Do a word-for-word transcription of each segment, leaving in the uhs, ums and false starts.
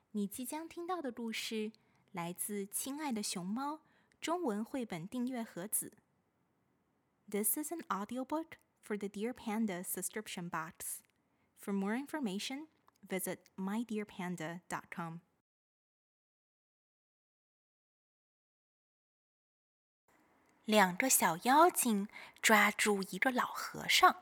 你即将听到的故事来自《亲爱的熊猫》中文绘本订阅盒子。This is an audiobook for the Dear Panda subscription box. For more information, visit my dear panda dot com. 两个小妖精抓住一个老和尚。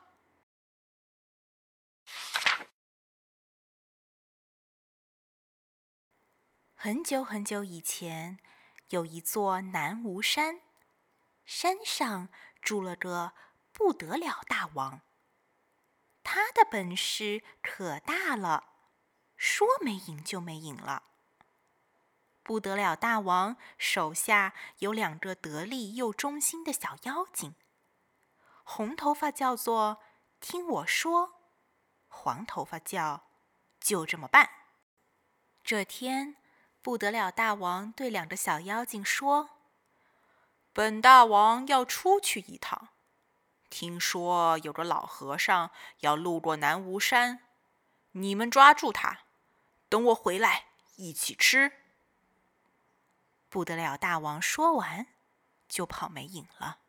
很久很久以前，有一座南无山，山上住了个不得了大王。他的本事可大了，说没赢就没赢了。不得了大王手下有两个得力又忠心的小妖精，红头发叫做听我说，黄头发叫就这么办。这天，不得了大王对两个小妖精说：本大王要出去一趟，听说有个老和尚要路过南无山，你们抓住他，等我回来一起吃。不得了大王说完，就跑没影了。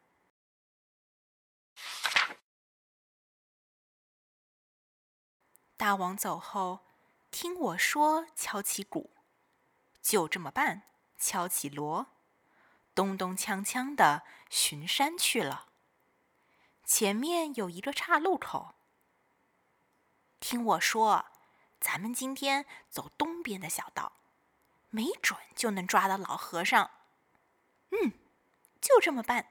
大王走后，听我说敲起鼓，就这么办，敲起锣，咚咚锵锵地巡山去了。前面有一个岔路口，听我说，咱们今天走东边的小道，没准就能抓到老和尚。嗯，就这么办。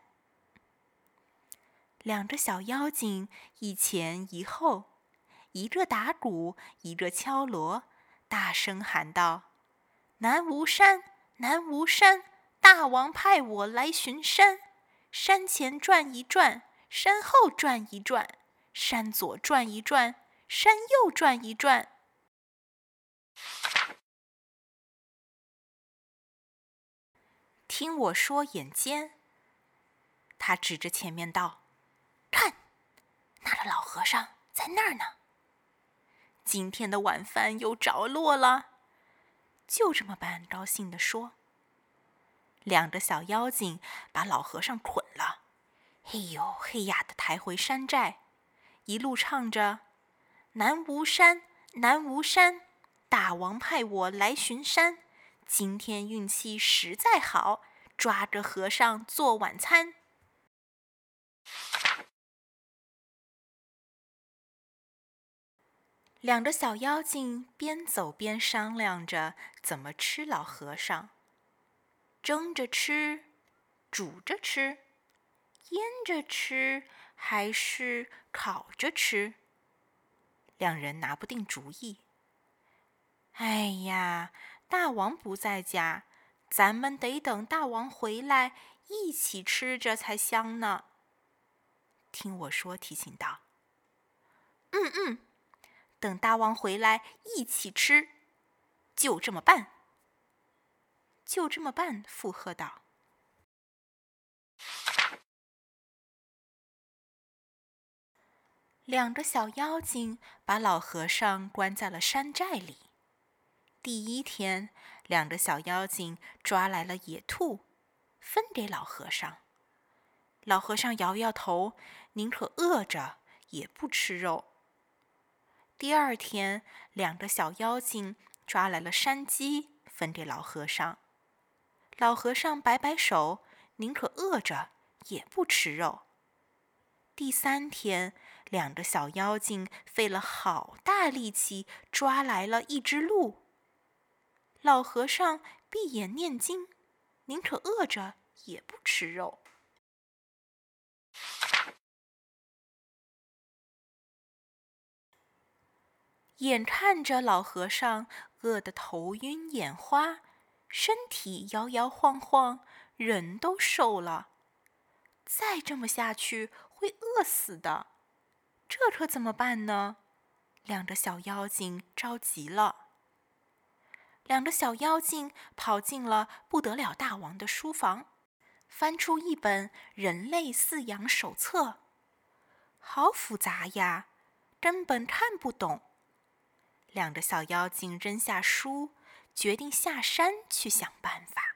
两个小妖精一前一后，一个打鼓，一个敲锣，大声喊道：南无山，南无山，大王派我来巡山。山前转一转，山后转一转，山左转一转，山右转一转。听我说眼尖，他指着前面道：看，那个老和尚在那儿呢。今天的晚饭又着落了。就这么办，高兴地说。两个小妖精把老和尚捆了，嘿呦嘿呀的抬回山寨，一路唱着：南无山，南无山，大王派我来巡山。今天运气实在好，抓着和尚做晚餐。两个小妖精边走边商量着怎么吃老和尚，蒸着吃，煮着吃，腌着吃，还是烤着吃。两人拿不定主意。哎呀，大王不在家，咱们得等大王回来一起吃着才香呢。听我说，提醒道。嗯嗯，等大王回来一起吃，就这么办。就这么办，附和道。两个小妖精把老和尚关在了山寨里。第一天，两个小妖精抓来了野兔，分给老和尚。老和尚摇摇头，宁可饿着也不吃肉。第二天，两个小妖精抓来了山鸡，分给老和尚。老和尚摆摆手，宁可饿着也不吃肉。第三天，两个小妖精费了好大力气抓来了一只鹿。老和尚闭眼念经，宁可饿着也不吃肉。眼看着老和尚饿得头晕眼花，身体摇摇晃晃，人都瘦了。再这么下去会饿死的，这可怎么办呢？两个小妖精着急了。两个小妖精跑进了不得了大王的书房，翻出一本人类饲养手册。好复杂呀，根本看不懂。两个小妖精扔下书， 决定下山去想办法。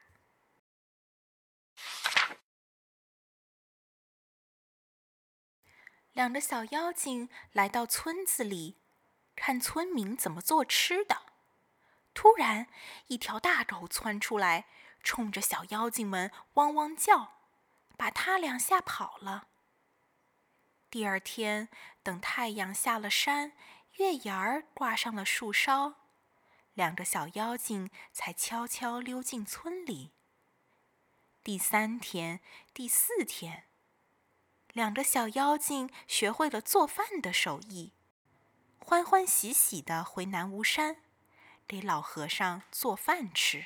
两个小妖精来到村子里，看村民怎么做吃的。突然，一条大狗窜出来，冲着小妖精们汪汪叫，把他俩吓跑了。第二天，等太阳下了山，月牙儿挂上了树梢，两个小妖精才悄悄溜进村里。第三天、第四天，两个小妖精学会了做饭的手艺，欢欢喜喜地回南巫山，给老和尚做饭吃。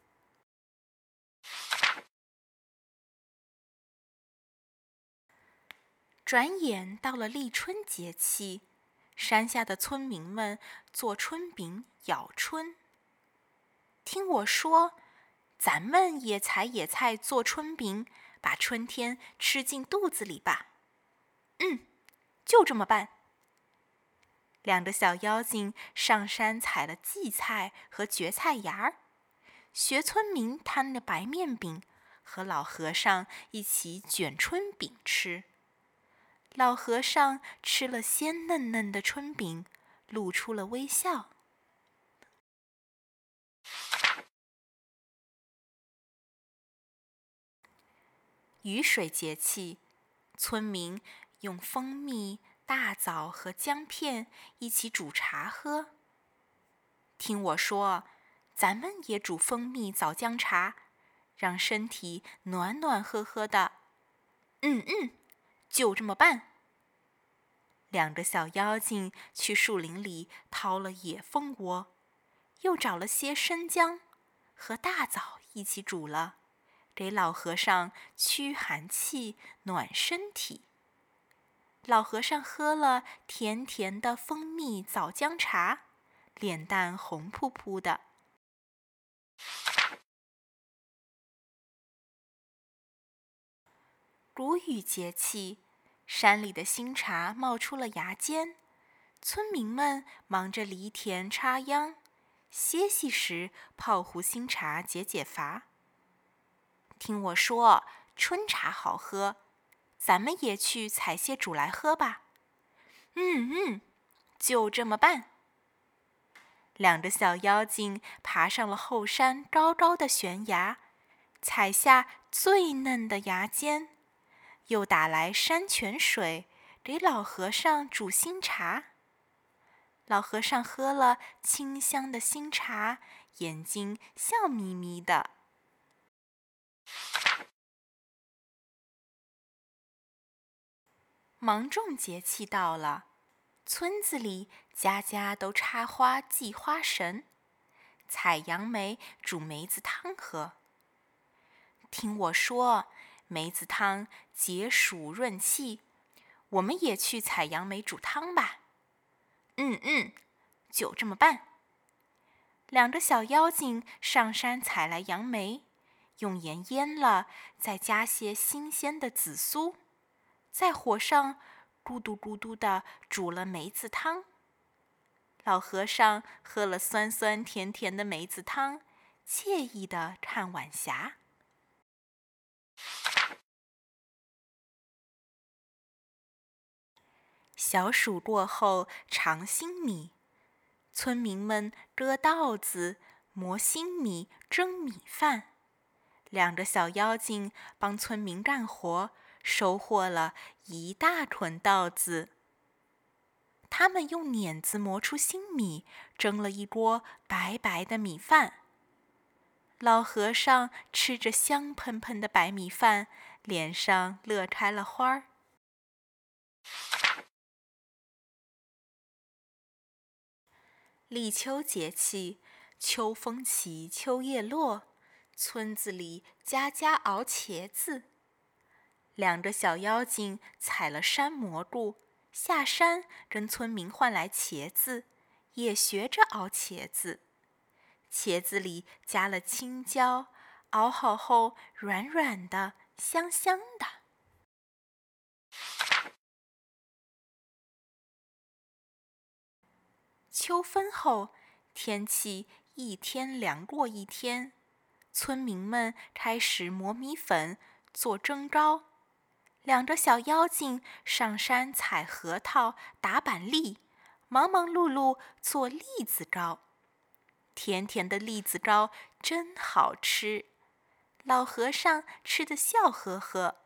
转眼到了立春节气，山下的村民们做春饼咬春。听我说，咱们也采野菜做春饼，把春天吃进肚子里吧。嗯，就这么办。两个小妖精上山采了荠菜和蕨菜芽儿，学村民摊的白面饼，和老和尚一起卷春饼吃。老和尚吃了鲜嫩嫩的春饼，露出了微笑。雨水节气，村民用蜂蜜、大枣和姜片一起煮茶喝。听我说，咱们也煮蜂蜜枣姜茶，让身体暖暖和和的。嗯嗯，就这么办。两个小妖精去树林里掏了野蜂窝，又找了些生姜，和大枣一起煮了，给老和尚驱寒气、暖身体。老和尚喝了甜甜的蜂蜜枣姜茶，脸蛋红扑扑的。谷雨节气，山里的新茶冒出了芽尖，村民们忙着犁田插秧，歇息时泡壶新茶解解乏。听我说，春茶好喝，咱们也去采些煮来喝吧。嗯嗯，就这么办。两个小妖精爬上了后山高高的悬崖，采下最嫩的芽尖，又打来山泉水，给老和尚煮新茶。老和尚喝了清香的新茶，眼睛笑眯眯的。芒种节气到了，村子里家家都插花祭花神，采杨梅煮梅子汤喝。听我说，梅子汤解暑润气，我们也去采杨梅煮汤吧。嗯嗯，就这么办。两个小妖精上山采来杨梅，用盐腌了，再加些新鲜的紫苏，在火上咕嘟咕嘟地煮了梅子汤。老和尚喝了酸酸甜甜的梅子汤，惬意地看晚霞。小暑过后尝新米，村民们割稻子、磨新米、蒸米饭。两个小妖精帮村民干活，收获了一大捆稻子。他们用碾子磨出新米，蒸了一锅白白的米饭。老和尚吃着香喷喷的白米饭，脸上乐开了花儿。立秋节气，秋风起，秋叶落，村子里家家熬茄子。两个小妖精采了山蘑菇，下山跟村民换来茄子，也学着熬茄子。茄子里加了青椒，熬好后软软的，香香的。秋分后，天气一天凉过一天，村民们开始磨米粉做蒸糕。两个小妖精上山采核桃、打板栗，忙忙碌碌做栗子糕。甜甜的栗子糕真好吃，老和尚吃得笑呵呵。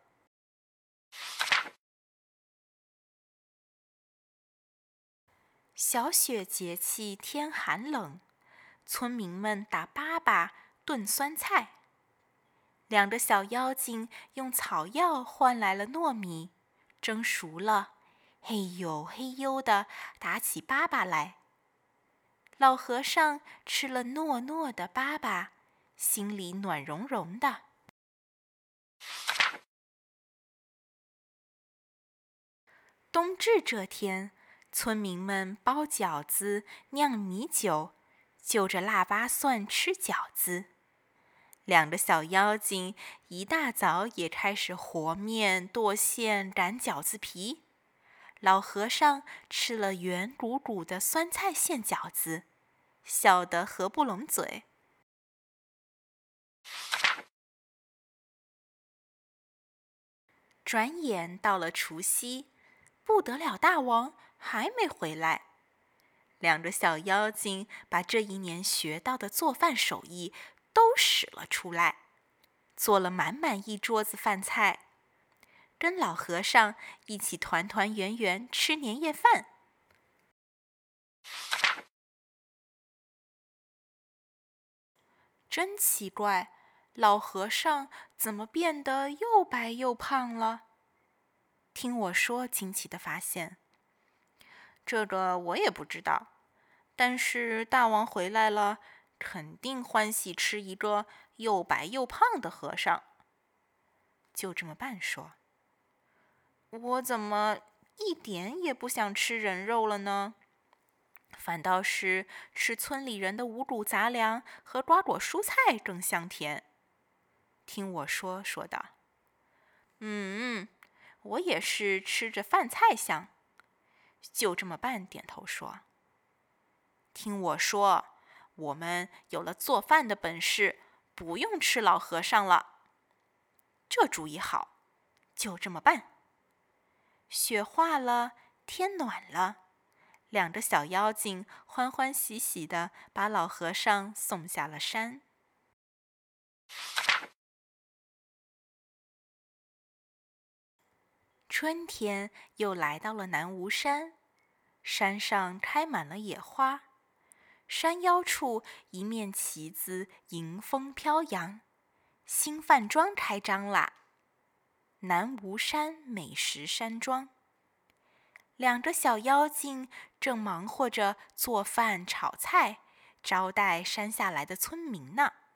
小雪节气天寒冷，村民们打粑粑炖酸菜。两个小妖精用草药换来了糯米，蒸熟了，嘿呦嘿呦地打起粑粑来。老和尚吃了糯糯的粑粑，心里暖融融的。冬至这天，村民们包饺子、酿米酒，就着腊八蒜吃饺子。两个小妖精一大早也开始和面、剁馅、擀饺子皮。老和尚吃了圆鼓鼓的酸菜馅饺子，笑得合不拢嘴。转眼到了除夕，不得了大王还没回来。两个小妖精把这一年学到的做饭手艺都使了出来，做了满满一桌子饭菜，跟老和尚一起团团圆圆吃年夜饭。真奇怪，老和尚怎么变得又白又胖了？听我说，惊奇地发现，这个我也不知道。但是大王回来了，肯定欢喜吃一个又白又胖的和尚。就这么办说，我怎么一点也不想吃人肉了呢？反倒是吃村里人的五谷杂粮和瓜果蔬菜更香甜。听我说，说道，嗯，我也是吃着饭菜香。就这么办，点头说，听我说，我们有了做饭的本事，不用吃老和尚了。这主意好，就这么办。雪化了，天暖了，两个小妖精欢欢喜喜地把老和尚送下了山。春天又来到了南吴山，山上开满了野花，山腰处一面旗子迎风飘扬，新饭庄开张啦！南吴山美食山庄。两个小妖精正忙活着做饭炒菜，招待山下来的村民呢。